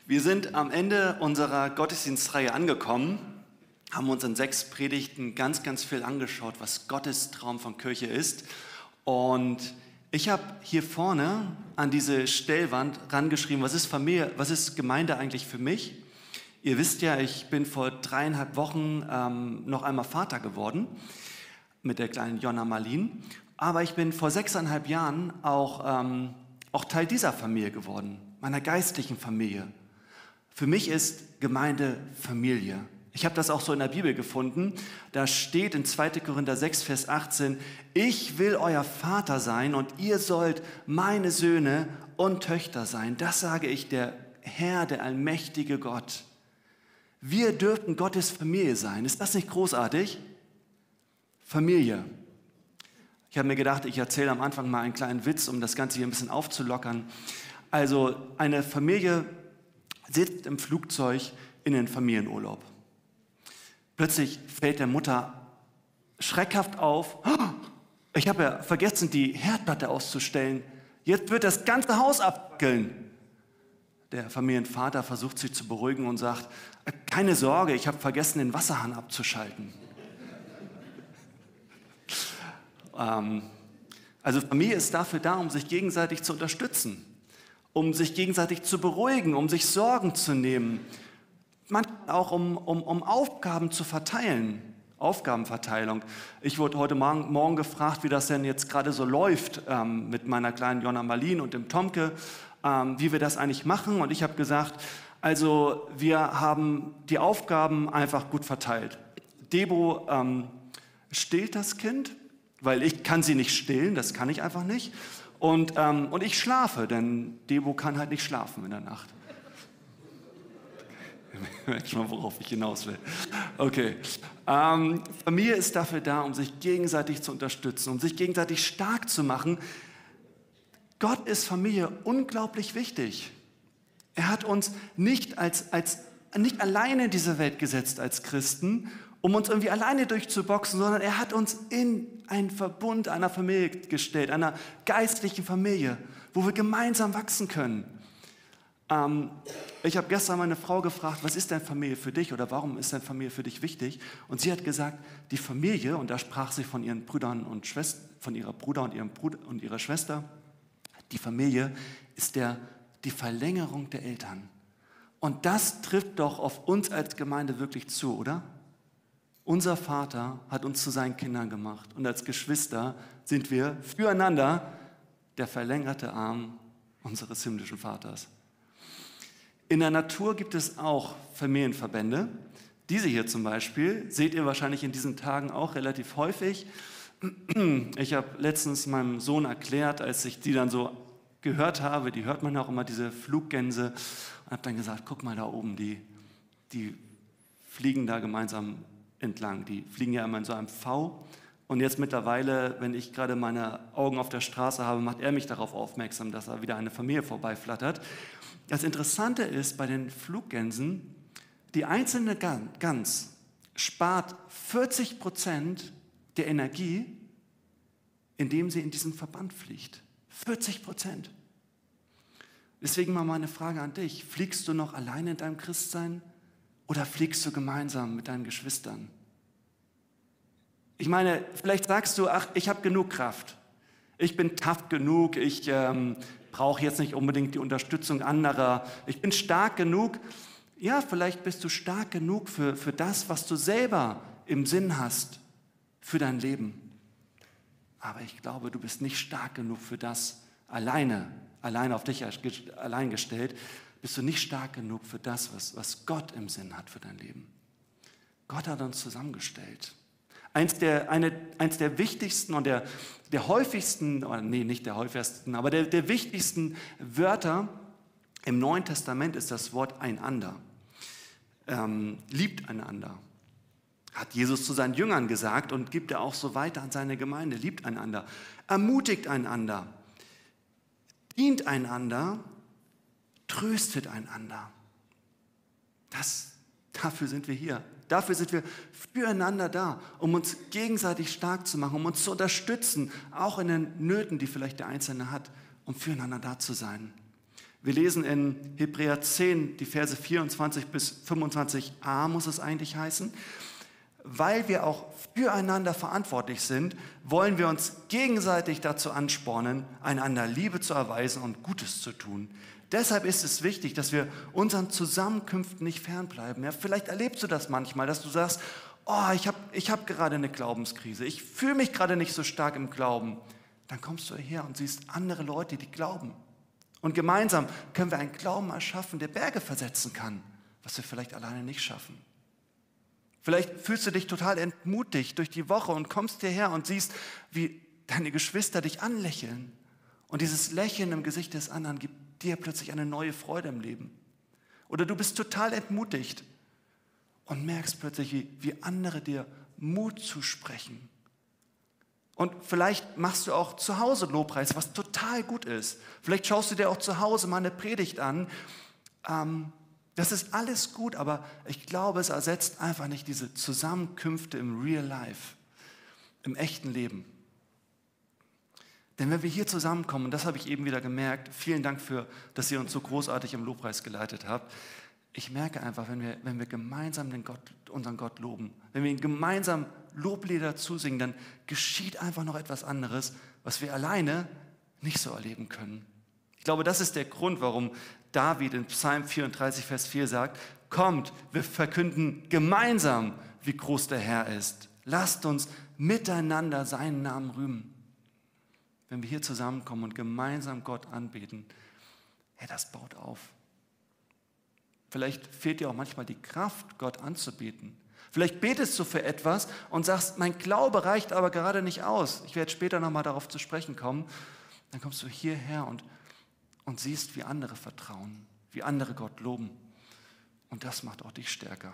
Wir sind am Ende unserer Gottesdienstreihe angekommen, haben uns in 6 Predigten ganz, ganz viel angeschaut, was Gottes Traum von Kirche ist. Und ich habe hier vorne an diese Stellwand rangeschrieben, was ist Familie, was ist Gemeinde eigentlich für mich? Ihr wisst ja, ich bin vor 3,5 Wochen noch einmal Vater geworden mit der kleinen Jonna Marlin. Aber ich bin vor 6,5 Jahren auch Teil dieser Familie geworden, meiner geistlichen Familie. Für mich ist Gemeinde Familie. Ich habe das auch so in der Bibel gefunden. Da steht in 2. Korinther 6, Vers 18, ich will euer Vater sein und ihr sollt meine Söhne und Töchter sein. Das sage ich, der Herr, der allmächtige Gott. Wir dürften Gottes Familie sein. Ist das nicht großartig? Familie. Ich habe mir gedacht, ich erzähle am Anfang mal einen kleinen Witz, um das Ganze hier ein bisschen aufzulockern. Also eine Familie sitzt im Flugzeug in den Familienurlaub. Plötzlich fällt der Mutter schreckhaft auf, ich habe ja vergessen, die Herdplatte auszustellen. Jetzt wird das ganze Haus abwackeln. Der Familienvater versucht sich zu beruhigen und sagt, keine Sorge, ich habe vergessen, den Wasserhahn abzuschalten. Also Familie ist dafür da, um sich gegenseitig zu unterstützen, um sich gegenseitig zu beruhigen, um sich Sorgen zu nehmen, manchmal auch um Aufgaben zu verteilen, Aufgabenverteilung. Ich wurde heute Morgen gefragt, wie das denn jetzt gerade so läuft mit meiner kleinen Jonna Marlin und dem Tomke, wie wir das eigentlich machen. Und ich habe gesagt, also wir haben die Aufgaben einfach gut verteilt. Debo stillt das Kind, weil ich kann sie nicht stillen, das kann ich einfach nicht. Und ich schlafe, denn Debo kann halt nicht schlafen in der Nacht. Merkt schon mal, worauf ich hinaus will. Okay. Familie ist dafür da, um sich gegenseitig zu unterstützen, um sich gegenseitig stark zu machen. Gott ist Familie unglaublich wichtig. Er hat uns nicht nicht alleine in diese Welt gesetzt als Christen, um uns irgendwie alleine durchzuboxen, sondern er hat uns in einen Verbund einer Familie gestellt, einer geistlichen Familie, wo wir gemeinsam wachsen können. Ich habe gestern meine Frau gefragt, was ist denn Familie für dich oder warum ist denn Familie für dich wichtig? Und sie hat gesagt, die Familie, und da sprach sie von ihren Brüdern und Schwestern, von ihrer Bruder und ihrem Bruder und ihrer Schwester, die Familie ist die Verlängerung der Eltern. Und das trifft doch auf uns als Gemeinde wirklich zu, oder? Unser Vater hat uns zu seinen Kindern gemacht und als Geschwister sind wir füreinander der verlängerte Arm unseres himmlischen Vaters. In der Natur gibt es auch Familienverbände. Diese hier zum Beispiel seht ihr wahrscheinlich in diesen Tagen auch relativ häufig. Ich habe letztens meinem Sohn erklärt, als ich die dann so gehört habe, die hört man auch immer, diese Fluggänse, und habe dann gesagt, guck mal da oben, die fliegen da gemeinsam entlang. Die fliegen ja immer in so einem V. Und jetzt mittlerweile, wenn ich gerade meine Augen auf der Straße habe, macht er mich darauf aufmerksam, dass da wieder eine Familie vorbeiflattert. Das Interessante ist, bei den Fluggänsen, die einzelne Gans spart 40% der Energie, indem sie in diesen Verband fliegt. 40%. Deswegen mal meine Frage an dich. Fliegst du noch alleine in deinem Christsein oder fliegst du gemeinsam mit deinen Geschwistern? Ich meine, vielleicht sagst du, ach, ich habe genug Kraft. Ich bin tough genug, ich brauche jetzt nicht unbedingt die Unterstützung anderer. Ich bin stark genug. Ja, vielleicht bist du stark genug für das, was du selber im Sinn hast, für dein Leben. Aber ich glaube, du bist nicht stark genug für das alleine auf dich allein gestellt, bist du nicht stark genug für das, was Gott im Sinn hat für dein Leben. Gott hat uns zusammengestellt. Eins der wichtigsten und der häufigsten, nicht der häufigsten, aber der wichtigsten Wörter im Neuen Testament ist das Wort einander. Liebt einander. Hat Jesus zu seinen Jüngern gesagt und gibt er auch so weiter an seine Gemeinde. Liebt einander, ermutigt einander, dient einander, tröstet einander. Dafür sind wir hier. Dafür sind wir füreinander da, um uns gegenseitig stark zu machen, um uns zu unterstützen, auch in den Nöten, die vielleicht der Einzelne hat, um füreinander da zu sein. Wir lesen in Hebräer 10, die Verse 24 bis 25a muss es eigentlich heißen. Weil wir auch füreinander verantwortlich sind, wollen wir uns gegenseitig dazu anspornen, einander Liebe zu erweisen und Gutes zu tun. Deshalb ist es wichtig, dass wir unseren Zusammenkünften nicht fernbleiben. Ja, vielleicht erlebst du das manchmal, dass du sagst, oh, ich hab gerade eine Glaubenskrise, ich fühle mich gerade nicht so stark im Glauben. Dann kommst du her und siehst andere Leute, die glauben. Und gemeinsam können wir einen Glauben erschaffen, der Berge versetzen kann, was wir vielleicht alleine nicht schaffen. Vielleicht fühlst du dich total entmutigt durch die Woche und kommst hierher und siehst, wie deine Geschwister dich anlächeln. Und dieses Lächeln im Gesicht des anderen gibt dir plötzlich eine neue Freude im Leben. Oder du bist total entmutigt und merkst plötzlich, wie andere dir Mut zusprechen. Und vielleicht machst du auch zu Hause Lobpreis, was total gut ist. Vielleicht schaust du dir auch zu Hause mal eine Predigt an. Das ist alles gut, aber ich glaube, es ersetzt einfach nicht diese Zusammenkünfte im Real Life, im echten Leben. Denn wenn wir hier zusammenkommen, und das habe ich eben wieder gemerkt, vielen Dank dass ihr uns so großartig im Lobpreis geleitet habt. Ich merke einfach, wenn wir gemeinsam unseren Gott loben, wenn wir ihn gemeinsam Loblieder zusingen, dann geschieht einfach noch etwas anderes, was wir alleine nicht so erleben können. Ich glaube, das ist der Grund, warum David in Psalm 34, Vers 4 sagt, kommt, wir verkünden gemeinsam, wie groß der Herr ist. Lasst uns miteinander seinen Namen rühmen. Wenn wir hier zusammenkommen und gemeinsam Gott anbeten, hey, das baut auf. Vielleicht fehlt dir auch manchmal die Kraft, Gott anzubeten. Vielleicht betest du für etwas und sagst, mein Glaube reicht aber gerade nicht aus. Ich werde später nochmal darauf zu sprechen kommen. Dann kommst du hierher und siehst, wie andere vertrauen, wie andere Gott loben. Und das macht auch dich stärker.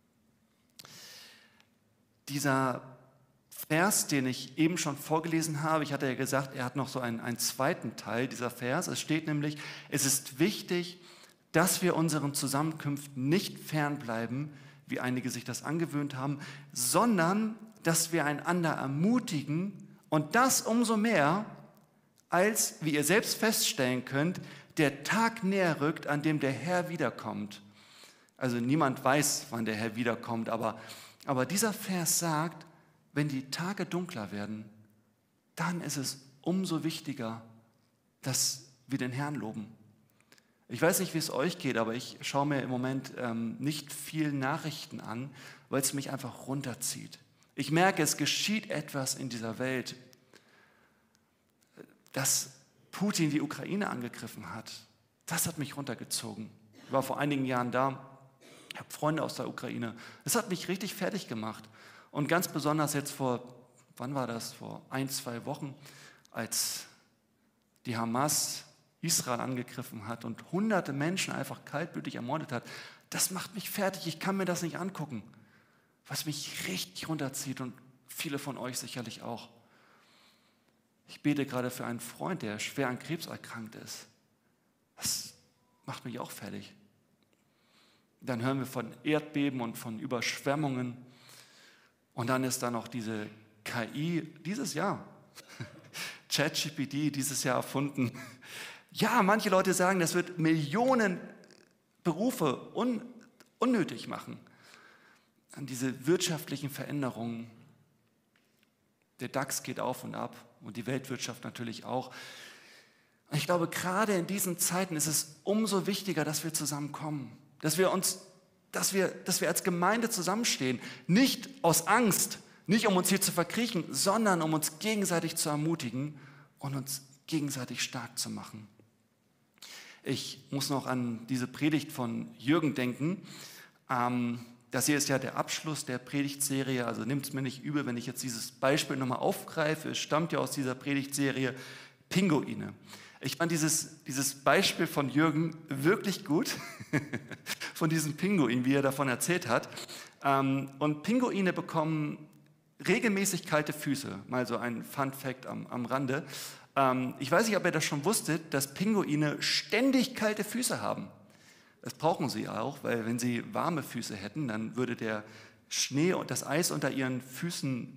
Dieser Vers, den ich eben schon vorgelesen habe, ich hatte ja gesagt, er hat noch so einen zweiten Teil, dieser Vers. Es steht nämlich, es ist wichtig, dass wir unseren Zusammenkünften nicht fernbleiben, wie einige sich das angewöhnt haben, sondern dass wir einander ermutigen und das umso mehr, als, wie ihr selbst feststellen könnt, der Tag näher rückt, an dem der Herr wiederkommt. Also niemand weiß, wann der Herr wiederkommt, aber dieser Vers sagt, wenn die Tage dunkler werden, dann ist es umso wichtiger, dass wir den Herrn loben. Ich weiß nicht, wie es euch geht, aber ich schaue mir im Moment nicht viel Nachrichten an, weil es mich einfach runterzieht. Ich merke, es geschieht etwas in dieser Welt, dass Putin die Ukraine angegriffen hat. Das hat mich runtergezogen. Ich war vor einigen Jahren da, ich habe Freunde aus der Ukraine. Das hat mich richtig fertig gemacht. Und ganz besonders jetzt wann war das? Vor 1-2 Wochen, als die Hamas Israel angegriffen hat und hunderte Menschen einfach kaltblütig ermordet hat. Das macht mich fertig, ich kann mir das nicht angucken. Was mich richtig runterzieht und viele von euch sicherlich auch. Ich bete gerade für einen Freund, der schwer an Krebs erkrankt ist. Das macht mich auch fertig. Dann hören wir von Erdbeben und von Überschwemmungen. Und dann ist da noch diese KI dieses Jahr, ChatGPT dieses Jahr erfunden. Ja, manche Leute sagen, das wird Millionen Berufe unnötig machen. An diese wirtschaftlichen Veränderungen. Der DAX geht auf und ab und die Weltwirtschaft natürlich auch. Und ich glaube, gerade in diesen Zeiten ist es umso wichtiger, dass wir zusammenkommen, dass wir als Gemeinde zusammenstehen, nicht aus Angst, nicht um uns hier zu verkriechen, sondern um uns gegenseitig zu ermutigen und uns gegenseitig stark zu machen. Ich muss noch an diese Predigt von Jürgen denken. Das hier ist ja der Abschluss der Predigtserie, also nimmt es mir nicht übel, wenn ich jetzt dieses Beispiel nochmal aufgreife. Es stammt ja aus dieser Predigtserie Pinguine. Ich fand dieses Beispiel von Jürgen wirklich gut, von diesem Pinguin, wie er davon erzählt hat. Und Pinguine bekommen regelmäßig kalte Füße, mal so ein Fun-Fact am Rande. Ich weiß nicht, ob ihr das schon wusstet, dass Pinguine ständig kalte Füße haben. Das brauchen sie auch, weil wenn sie warme Füße hätten, dann würde der Schnee und das Eis unter ihren Füßen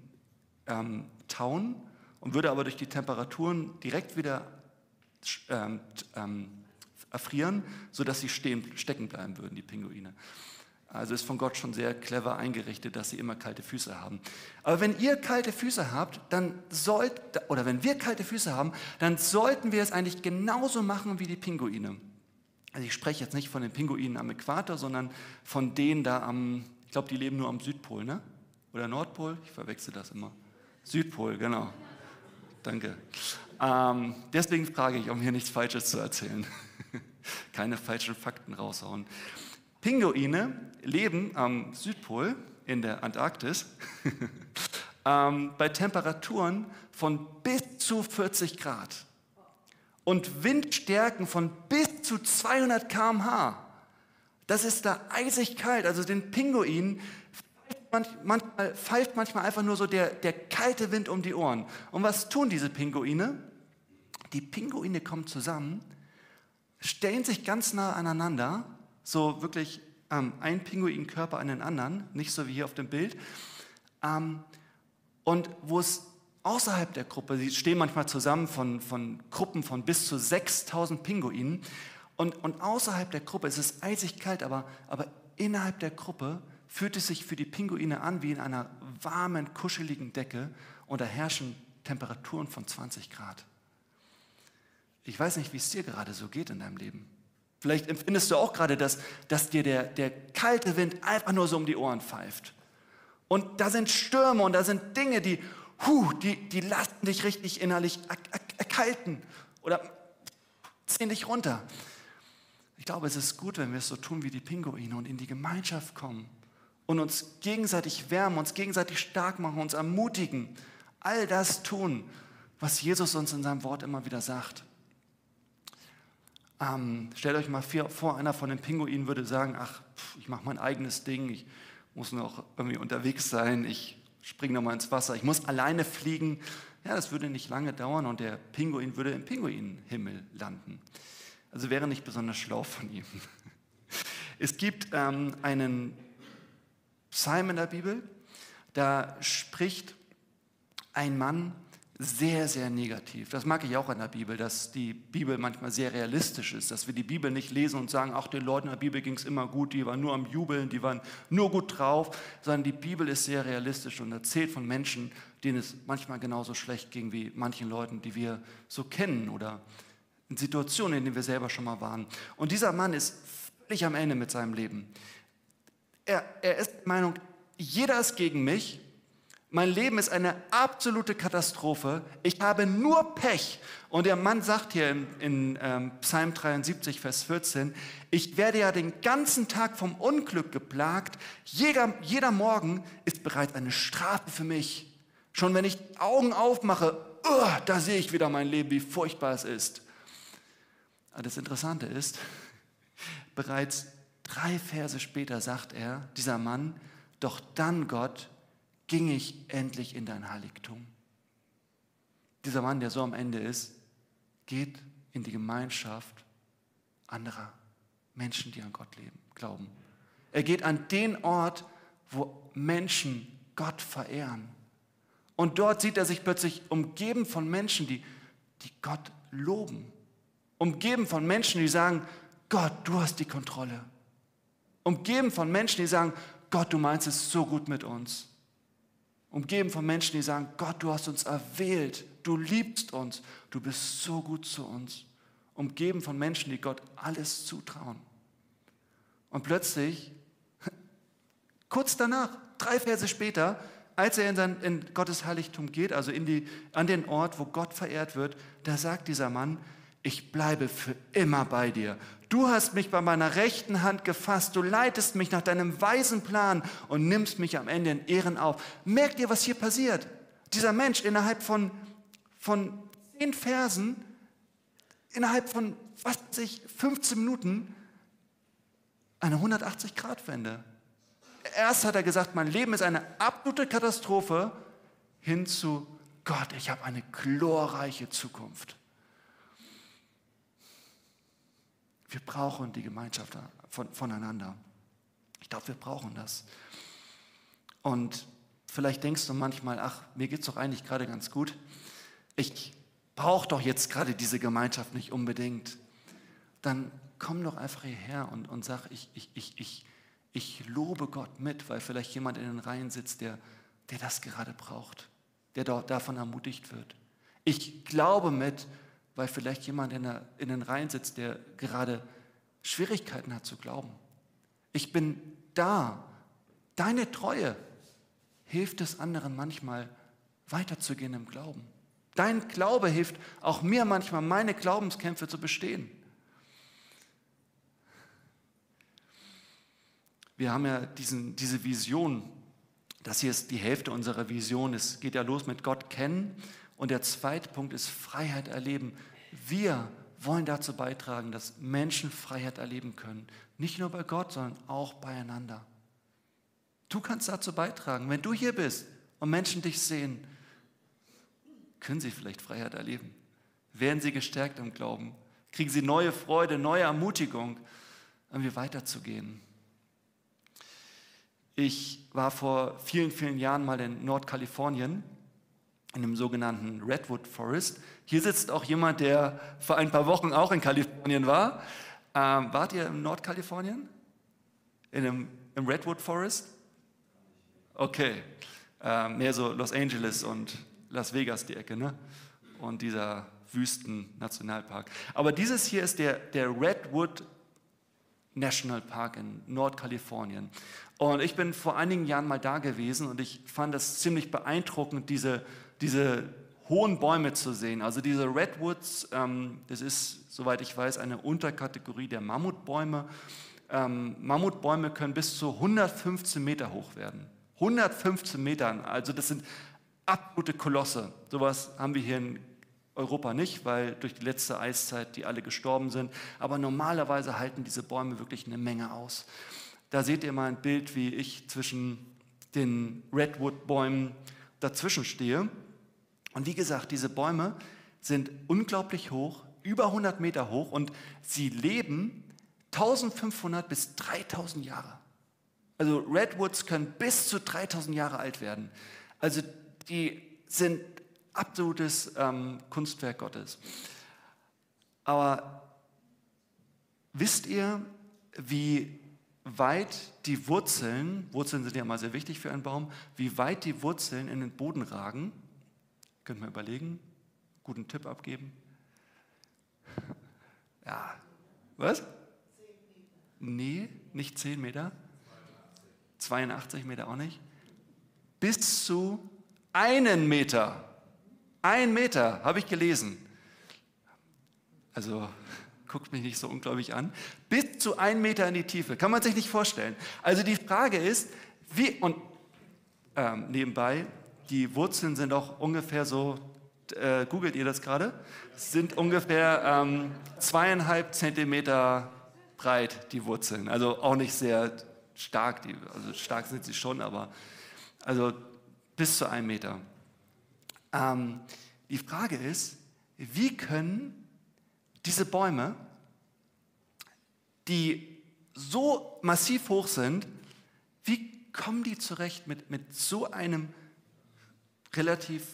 tauen und würde aber durch die Temperaturen direkt wieder erfrieren, sodass sie stecken bleiben würden, die Pinguine. Also ist von Gott schon sehr clever eingerichtet, dass sie immer kalte Füße haben. Aber wenn ihr kalte Füße habt, wenn wir kalte Füße haben, dann sollten wir es eigentlich genauso machen wie die Pinguine. Also ich spreche jetzt nicht von den Pinguinen am Äquator, sondern von denen da ich glaube, die leben nur am Südpol, ne? Oder Nordpol? Ich verwechsel das immer. Südpol, genau. Danke. Deswegen frage ich, um hier nichts Falsches zu erzählen. Keine falschen Fakten raushauen. Pinguine leben am Südpol in der Antarktis bei Temperaturen von bis zu 40 Grad und Windstärken von bis zu 200 km/h. Das ist da eisig kalt. Also den Pinguinen pfeift manchmal einfach nur so der kalte Wind um die Ohren. Und was tun diese Pinguine? Die Pinguine kommen zusammen, stellen sich ganz nah aneinander, so wirklich ein Pinguinkörper an den anderen, nicht so wie hier auf dem Bild. Und wo es außerhalb der Gruppe, sie stehen manchmal zusammen von Gruppen von bis zu 6.000 Pinguinen, und außerhalb der Gruppe ist es eisig kalt, aber innerhalb der Gruppe fühlt es sich für die Pinguine an wie in einer warmen, kuscheligen Decke, und da herrschen Temperaturen von 20 Grad. Ich weiß nicht, wie es dir gerade so geht in deinem Leben. Vielleicht empfindest du auch gerade, dass dir der kalte Wind einfach nur so um die Ohren pfeift. Und da sind Stürme und da sind Dinge, die lassen dich richtig innerlich erkalten oder ziehen dich runter. Ich glaube, es ist gut, wenn wir es so tun wie die Pinguine und in die Gemeinschaft kommen und uns gegenseitig wärmen, uns gegenseitig stark machen, uns ermutigen, all das tun, was Jesus uns in seinem Wort immer wieder sagt. Stellt euch mal vor, einer von den Pinguinen würde sagen, ich mache mein eigenes Ding, ich muss noch irgendwie unterwegs sein, ich springe nochmal ins Wasser, ich muss alleine fliegen. Ja, das würde nicht lange dauern und der Pinguin würde im Pinguinenhimmel landen. Also wäre nicht besonders schlau von ihm. Es gibt einen Psalm in der Bibel, da spricht ein Mann sehr, sehr negativ. Das mag ich auch in der Bibel, dass die Bibel manchmal sehr realistisch ist, dass wir die Bibel nicht lesen und sagen, den Leuten in der Bibel ging es immer gut, die waren nur am Jubeln, die waren nur gut drauf, sondern die Bibel ist sehr realistisch und erzählt von Menschen, denen es manchmal genauso schlecht ging wie manchen Leuten, die wir so kennen oder in Situationen, in denen wir selber schon mal waren. Und dieser Mann ist völlig am Ende mit seinem Leben. Er ist der Meinung, jeder ist gegen mich, mein Leben ist eine absolute Katastrophe, ich habe nur Pech. Und der Mann sagt hier in Psalm 73, Vers 14, ich werde ja den ganzen Tag vom Unglück geplagt, jeder Morgen ist bereits eine Strafe für mich. Schon wenn ich die Augen aufmache, da sehe ich wieder mein Leben, wie furchtbar es ist. Aber das Interessante ist, bereits 3 Verse später sagt er, dieser Mann, doch dann, Gott, ging ich endlich in dein Heiligtum. Dieser Mann, der so am Ende ist, geht in die Gemeinschaft anderer Menschen, die an Gott glauben. Er geht an den Ort, wo Menschen Gott verehren. Und dort sieht er sich plötzlich umgeben von Menschen, die Gott loben. Umgeben von Menschen, die sagen, Gott, du hast die Kontrolle. Umgeben von Menschen, die sagen, Gott, du meinst es so gut mit uns. Umgeben von Menschen, die sagen, Gott, du hast uns erwählt, du liebst uns, du bist so gut zu uns. Umgeben von Menschen, die Gott alles zutrauen. Und plötzlich, kurz danach, 3 Verse später, als er in Gottes Heiligtum geht, also an den Ort, wo Gott verehrt wird, da sagt dieser Mann, ich bleibe für immer bei dir. Du hast mich bei meiner rechten Hand gefasst, du leitest mich nach deinem weisen Plan und nimmst mich am Ende in Ehren auf. Merkt ihr, was hier passiert? Dieser Mensch innerhalb von 10 Versen, innerhalb von, 15 Minuten, eine 180-Grad-Wende. Erst hat er gesagt, mein Leben ist eine absolute Katastrophe, hin zu Gott, ich habe eine glorreiche Zukunft. Wir brauchen die Gemeinschaft voneinander. Ich glaube, wir brauchen das. Und vielleicht denkst du manchmal, mir geht es doch eigentlich gerade ganz gut. Ich brauche doch jetzt gerade diese Gemeinschaft nicht unbedingt. dann komm doch einfach hierher und sag, ich lobe Gott mit, weil vielleicht jemand in den Reihen sitzt, der das gerade braucht, der davon ermutigt wird. Ich glaube mit, weil vielleicht jemand in den Reihen sitzt, der gerade Schwierigkeiten hat zu glauben. Ich bin da. Deine Treue hilft es anderen manchmal, weiterzugehen im Glauben. Dein Glaube hilft auch mir manchmal, meine Glaubenskämpfe zu bestehen. Wir haben ja diese Vision, das hier ist die Hälfte unserer Vision. Es geht ja los mit Gott kennen und der zweite Punkt ist Freiheit erleben. Wir wollen dazu beitragen, dass Menschen Freiheit erleben können. Nicht nur bei Gott, sondern auch beieinander. Du kannst dazu beitragen. Wenn du hier bist und Menschen dich sehen, können sie vielleicht Freiheit erleben. Werden sie gestärkt im Glauben. Kriegen sie neue Freude, neue Ermutigung, irgendwie weiterzugehen. Ich war vor vielen, vielen Jahren mal in Nordkalifornien, in dem sogenannten Redwood Forest. Hier sitzt auch jemand, der vor ein paar Wochen auch in Kalifornien war. Wart ihr in Nordkalifornien? Im Redwood Forest? Okay, mehr so Los Angeles und Las Vegas die Ecke, ne? Und dieser Wüsten-Nationalpark. Aber dieses hier ist der Redwood National Park in Nordkalifornien. Und ich bin vor einigen Jahren mal da gewesen und ich fand es ziemlich beeindruckend, diese hohen Bäume zu sehen. Also diese Redwoods, das ist, soweit ich weiß, eine Unterkategorie der Mammutbäume. Mammutbäume können bis zu 115 Meter hoch werden. 115 Metern, also das sind absolute Kolosse. Sowas haben wir hier in Europa nicht, weil durch die letzte Eiszeit die alle gestorben sind. Aber normalerweise halten diese Bäume wirklich eine Menge aus. Da seht ihr mal ein Bild, wie ich zwischen den Redwood-Bäumen dazwischen stehe. Und wie gesagt, diese Bäume sind unglaublich hoch, über 100 Meter hoch und sie leben 1500 bis 3000 Jahre. Also Redwoods können bis zu 3000 Jahre alt werden. Also die sind absolutes Kunstwerk Gottes. Aber wisst ihr, wie weit die Wurzeln sind ja mal sehr wichtig für einen Baum, wie weit die Wurzeln in den Boden ragen? Könnt ihr mal überlegen, guten Tipp abgeben? Ja, was? 10 Meter. Nee, nicht 10 Meter. 82 Meter auch nicht. Bis zu 1 Meter. 1 Meter, habe ich gelesen. Also guckt mich nicht so unglaublich an. Bis zu 1 Meter in die Tiefe. Kann man sich nicht vorstellen. Also die Frage ist, und nebenbei, die Wurzeln sind auch ungefähr so, googelt ihr das gerade? Sind ungefähr 2,5 Zentimeter breit, die Wurzeln. Also auch nicht sehr stark, also stark sind sie schon, aber also bis zu 1 Meter. Die Frage ist, wie können diese Bäume, die so massiv hoch sind, wie kommen die zurecht mit so einem relativ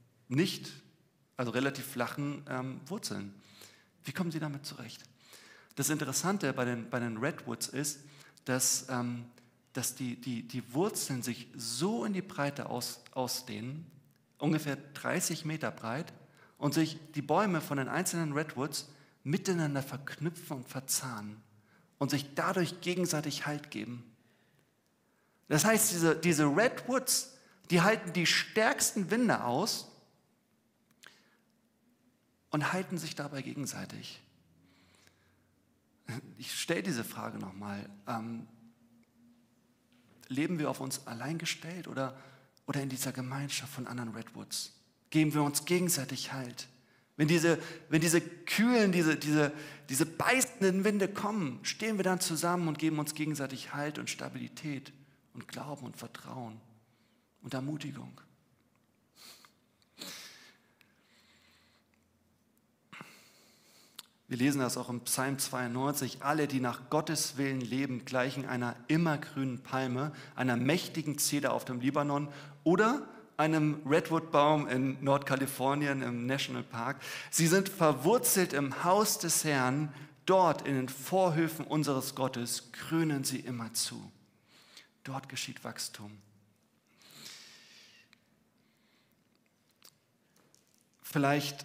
flachen Wurzeln? Wie kommen sie damit zurecht? Das Interessante bei den Redwoods ist, dass die Wurzeln sich so in die Breite ausdehnen, ungefähr 30 Meter breit, und sich die Bäume von den einzelnen Redwoods miteinander verknüpfen und verzahnen und sich dadurch gegenseitig Halt geben. Das heißt, diese Redwoods, die halten die stärksten Winde aus und halten sich dabei gegenseitig. Ich stelle diese Frage nochmal. Leben wir auf uns allein gestellt oder in dieser Gemeinschaft von anderen Redwoods? Geben wir uns gegenseitig Halt? Wenn diese kühlen, diese beißenden Winde kommen, stehen wir dann zusammen und geben uns gegenseitig Halt und Stabilität und Glauben und Vertrauen und Ermutigung. Wir lesen das auch im Psalm 92. Alle, die nach Gottes Willen leben, gleichen einer immergrünen Palme, einer mächtigen Zeder auf dem Libanon oder einem Redwood-Baum in Nordkalifornien im National Park. Sie sind verwurzelt im Haus des Herrn, dort in den Vorhöfen unseres Gottes grünen sie immer zu. Dort geschieht Wachstum. Vielleicht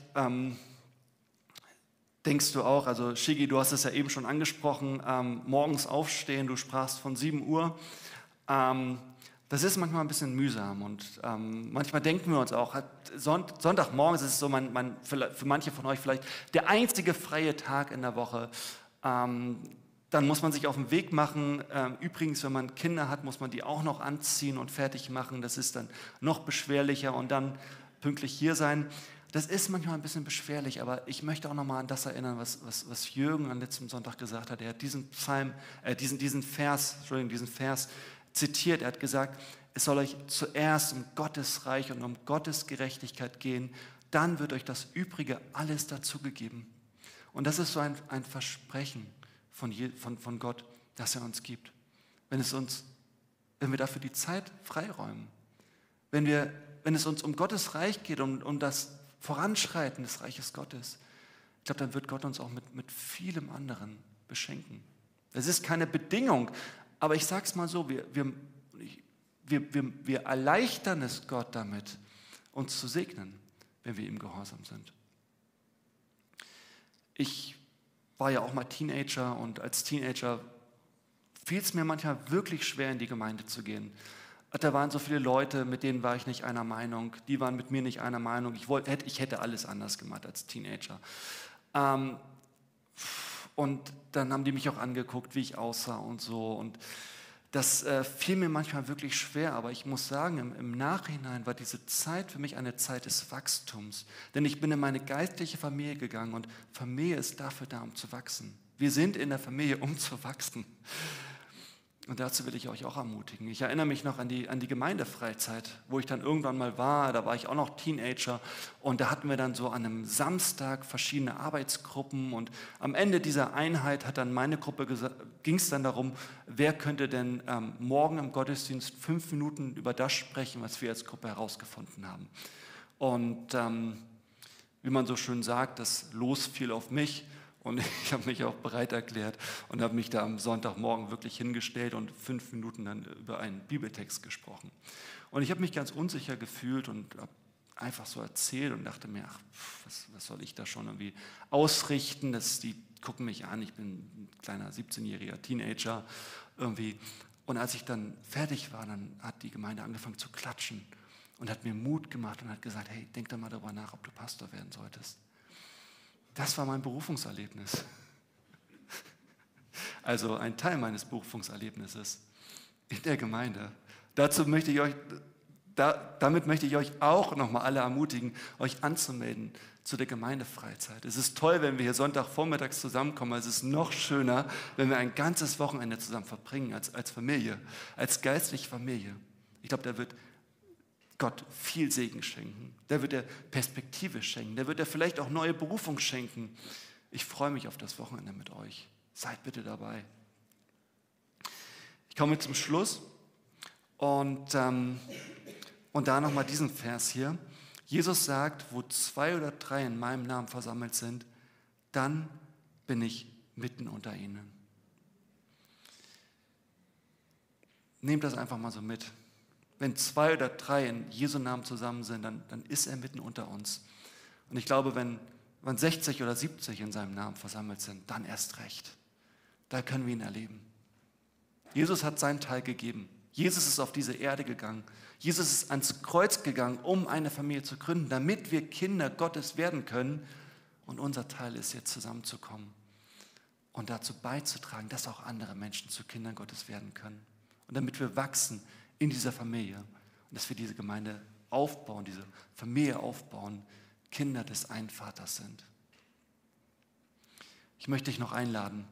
denkst du auch, also Shigi, du hast es ja eben schon angesprochen, morgens aufstehen, du sprachst von 7 Uhr. Das ist manchmal ein bisschen mühsam und manchmal denken wir uns auch, Sonntagmorgens ist es so, für manche von euch vielleicht der einzige freie Tag in der Woche. Dann muss man sich auf den Weg machen. Übrigens, wenn man Kinder hat, muss man die auch noch anziehen und fertig machen. Das ist dann noch beschwerlicher und dann pünktlich hier sein. Das ist manchmal ein bisschen beschwerlich, aber ich möchte auch nochmal an das erinnern, was Jürgen am letzten Sonntag gesagt hat. Er hat diesen Vers zitiert. Er hat gesagt, es soll euch zuerst um Gottes Reich und um Gottes Gerechtigkeit gehen, dann wird euch das Übrige alles dazugegeben. Und das ist so ein Versprechen von Gott, das er uns gibt. Wenn wir dafür die Zeit freiräumen, wenn es uns um Gottes Reich geht, um das Voranschreiten des Reiches Gottes, ich glaube, dann wird Gott uns auch mit vielem anderen beschenken. Es ist keine Bedingung, aber ich sage es mal so, wir erleichtern es Gott damit, uns zu segnen, wenn wir ihm gehorsam sind. Ich war ja auch mal Teenager und als Teenager fiel es mir manchmal wirklich schwer, in die Gemeinde zu gehen. Da waren so viele Leute, mit denen war ich nicht einer Meinung, die waren mit mir nicht einer Meinung. Ich hätte alles anders gemacht als Teenager. Und dann haben die mich auch angeguckt, wie ich aussah und so. Und das fiel mir manchmal wirklich schwer, aber ich muss sagen, im Nachhinein war diese Zeit für mich eine Zeit des Wachstums. Denn ich bin in meine geistliche Familie gegangen und Familie ist dafür da, um zu wachsen. Wir sind in der Familie, um zu wachsen. Und dazu will ich euch auch ermutigen. Ich erinnere mich noch an die Gemeindefreizeit, wo ich dann irgendwann mal war, da war ich auch noch Teenager und da hatten wir dann so an einem Samstag verschiedene Arbeitsgruppen und am Ende dieser Einheit hat dann meine Gruppe ging es dann darum, wer könnte denn morgen im Gottesdienst 5 Minuten über das sprechen, was wir als Gruppe herausgefunden haben. Und wie man so schön sagt, das Los fiel auf mich. Und ich habe mich auch bereit erklärt und habe mich da am Sonntagmorgen wirklich hingestellt und 5 Minuten dann über einen Bibeltext gesprochen. Und ich habe mich ganz unsicher gefühlt und habe einfach so erzählt und dachte mir, ach, was soll ich da schon irgendwie ausrichten? Die gucken mich an, ich bin ein kleiner 17-jähriger Teenager irgendwie. Und als ich dann fertig war, dann hat die Gemeinde angefangen zu klatschen und hat mir Mut gemacht und hat gesagt, hey, denk doch mal darüber nach, ob du Pastor werden solltest. Das war mein Berufungserlebnis. Also ein Teil meines Berufungserlebnisses in der Gemeinde. Damit möchte ich euch auch nochmal alle ermutigen, euch anzumelden zu der Gemeindefreizeit. Es ist toll, wenn wir hier Sonntagvormittags zusammenkommen, aber es ist noch schöner, wenn wir ein ganzes Wochenende zusammen verbringen als Familie, als geistliche Familie. Ich glaube, da wird Gott viel Segen schenken. Der wird er Perspektive schenken. Der wird er vielleicht auch neue Berufung schenken. Ich freue mich auf das Wochenende mit euch. Seid bitte dabei. Ich komme zum Schluss und da nochmal diesen Vers hier. Jesus sagt, wo 2 oder 3 in meinem Namen versammelt sind, dann bin ich mitten unter ihnen. Nehmt das einfach mal so mit. Wenn 2 oder 3 in Jesu Namen zusammen sind, dann ist er mitten unter uns. Und ich glaube, wenn 60 oder 70 in seinem Namen versammelt sind, dann erst recht. Da können wir ihn erleben. Jesus hat seinen Teil gegeben. Jesus ist auf diese Erde gegangen. Jesus ist ans Kreuz gegangen, um eine Familie zu gründen, damit wir Kinder Gottes werden können. Und unser Teil ist jetzt zusammenzukommen und dazu beizutragen, dass auch andere Menschen zu Kindern Gottes werden können. Und damit wir wachsen in dieser Familie und dass wir diese Gemeinde aufbauen, diese Familie aufbauen, Kinder des einen Vaters sind. Ich möchte dich noch einladen.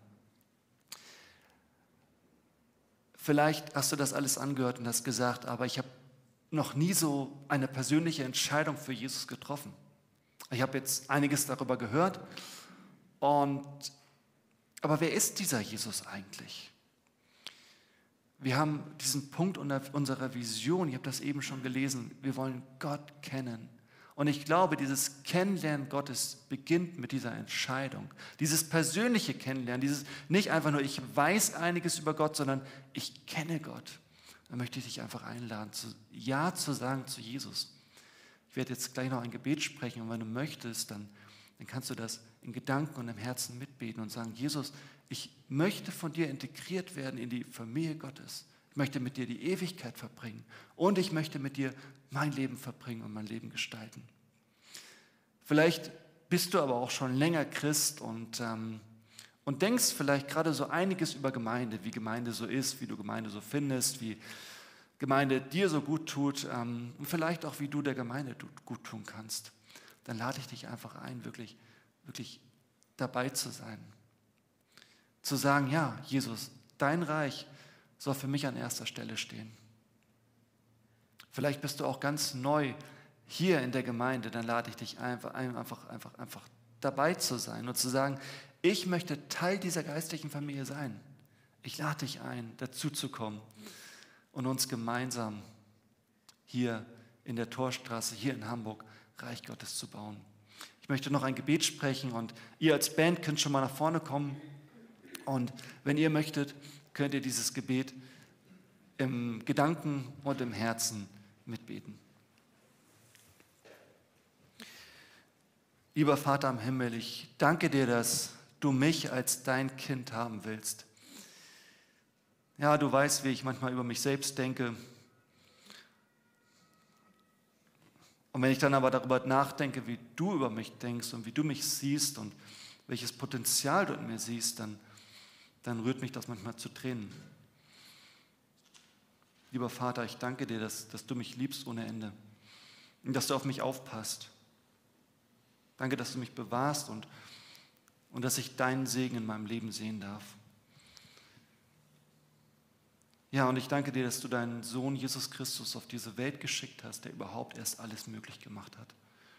Vielleicht hast du das alles angehört und hast gesagt, aber ich habe noch nie so eine persönliche Entscheidung für Jesus getroffen. Ich habe jetzt einiges darüber gehört, aber wer ist dieser Jesus eigentlich? Wir haben diesen Punkt unserer Vision, ich habe das eben schon gelesen, wir wollen Gott kennen Und ich glaube, dieses Kennenlernen Gottes beginnt mit dieser Entscheidung. Dieses persönliche Kennenlernen, dieses nicht einfach nur, ich weiß einiges über Gott, sondern ich kenne Gott. Dann möchte ich dich einfach einladen, Ja zu sagen zu Jesus. Ich werde jetzt gleich noch ein Gebet sprechen und wenn du möchtest, dann kannst du das in Gedanken und im Herzen mitbeten und sagen, Jesus, ich möchte von dir integriert werden in die Familie Gottes. Ich möchte mit dir die Ewigkeit verbringen und ich möchte mit dir mein Leben verbringen und mein Leben gestalten. Vielleicht bist du aber auch schon länger Christ und denkst vielleicht gerade so einiges über Gemeinde, wie Gemeinde so ist, wie du Gemeinde so findest, wie Gemeinde dir so gut tut und vielleicht auch, wie du der Gemeinde gut tun kannst. Dann lade ich dich einfach ein, wirklich, wirklich dabei zu sein. Zu sagen, ja, Jesus, dein Reich soll für mich an erster Stelle stehen. Vielleicht bist du auch ganz neu hier in der Gemeinde, dann lade ich dich einfach dabei zu sein und zu sagen, ich möchte Teil dieser geistlichen Familie sein. Ich lade dich ein, dazu zu kommen und uns gemeinsam hier in der Torstraße, hier in Hamburg, Reich Gottes zu bauen. Ich möchte noch ein Gebet sprechen und ihr als Band könnt schon mal nach vorne kommen und wenn ihr möchtet, könnt ihr dieses Gebet im Gedanken und im Herzen mitbeten. Lieber Vater im Himmel, ich danke dir, dass du mich als dein Kind haben willst. Ja, du weißt, wie ich manchmal über mich selbst denke. Und wenn ich dann aber darüber nachdenke, wie du über mich denkst und wie du mich siehst und welches Potenzial du in mir siehst, dann rührt mich das manchmal zu Tränen. Lieber Vater, ich danke dir, dass du mich liebst ohne Ende und dass du auf mich aufpasst. Danke, dass du mich bewahrst und dass ich deinen Segen in meinem Leben sehen darf. Ja, und ich danke dir, dass du deinen Sohn Jesus Christus auf diese Welt geschickt hast, der überhaupt erst alles möglich gemacht hat.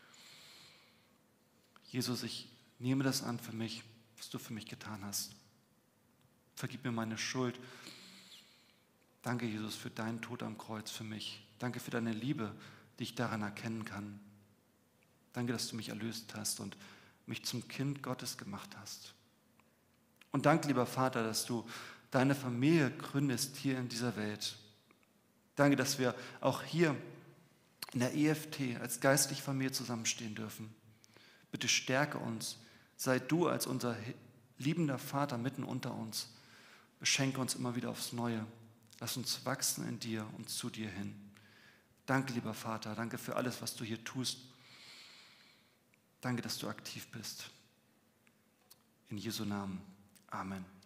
Jesus, ich nehme das an für mich, was du für mich getan hast. Vergib mir meine Schuld. Danke, Jesus, für deinen Tod am Kreuz für mich. Danke für deine Liebe, die ich daran erkennen kann. Danke, dass du mich erlöst hast und mich zum Kind Gottes gemacht hast. Und danke, lieber Vater, dass du deine Familie gründest hier in dieser Welt. Danke, dass wir auch hier in der EFT als geistliche Familie zusammenstehen dürfen. Bitte stärke uns. Sei du als unser liebender Vater mitten unter uns. Beschenke uns immer wieder aufs Neue. Lass uns wachsen in dir und zu dir hin. Danke, lieber Vater. Danke für alles, was du hier tust. Danke, dass du aktiv bist. In Jesu Namen. Amen.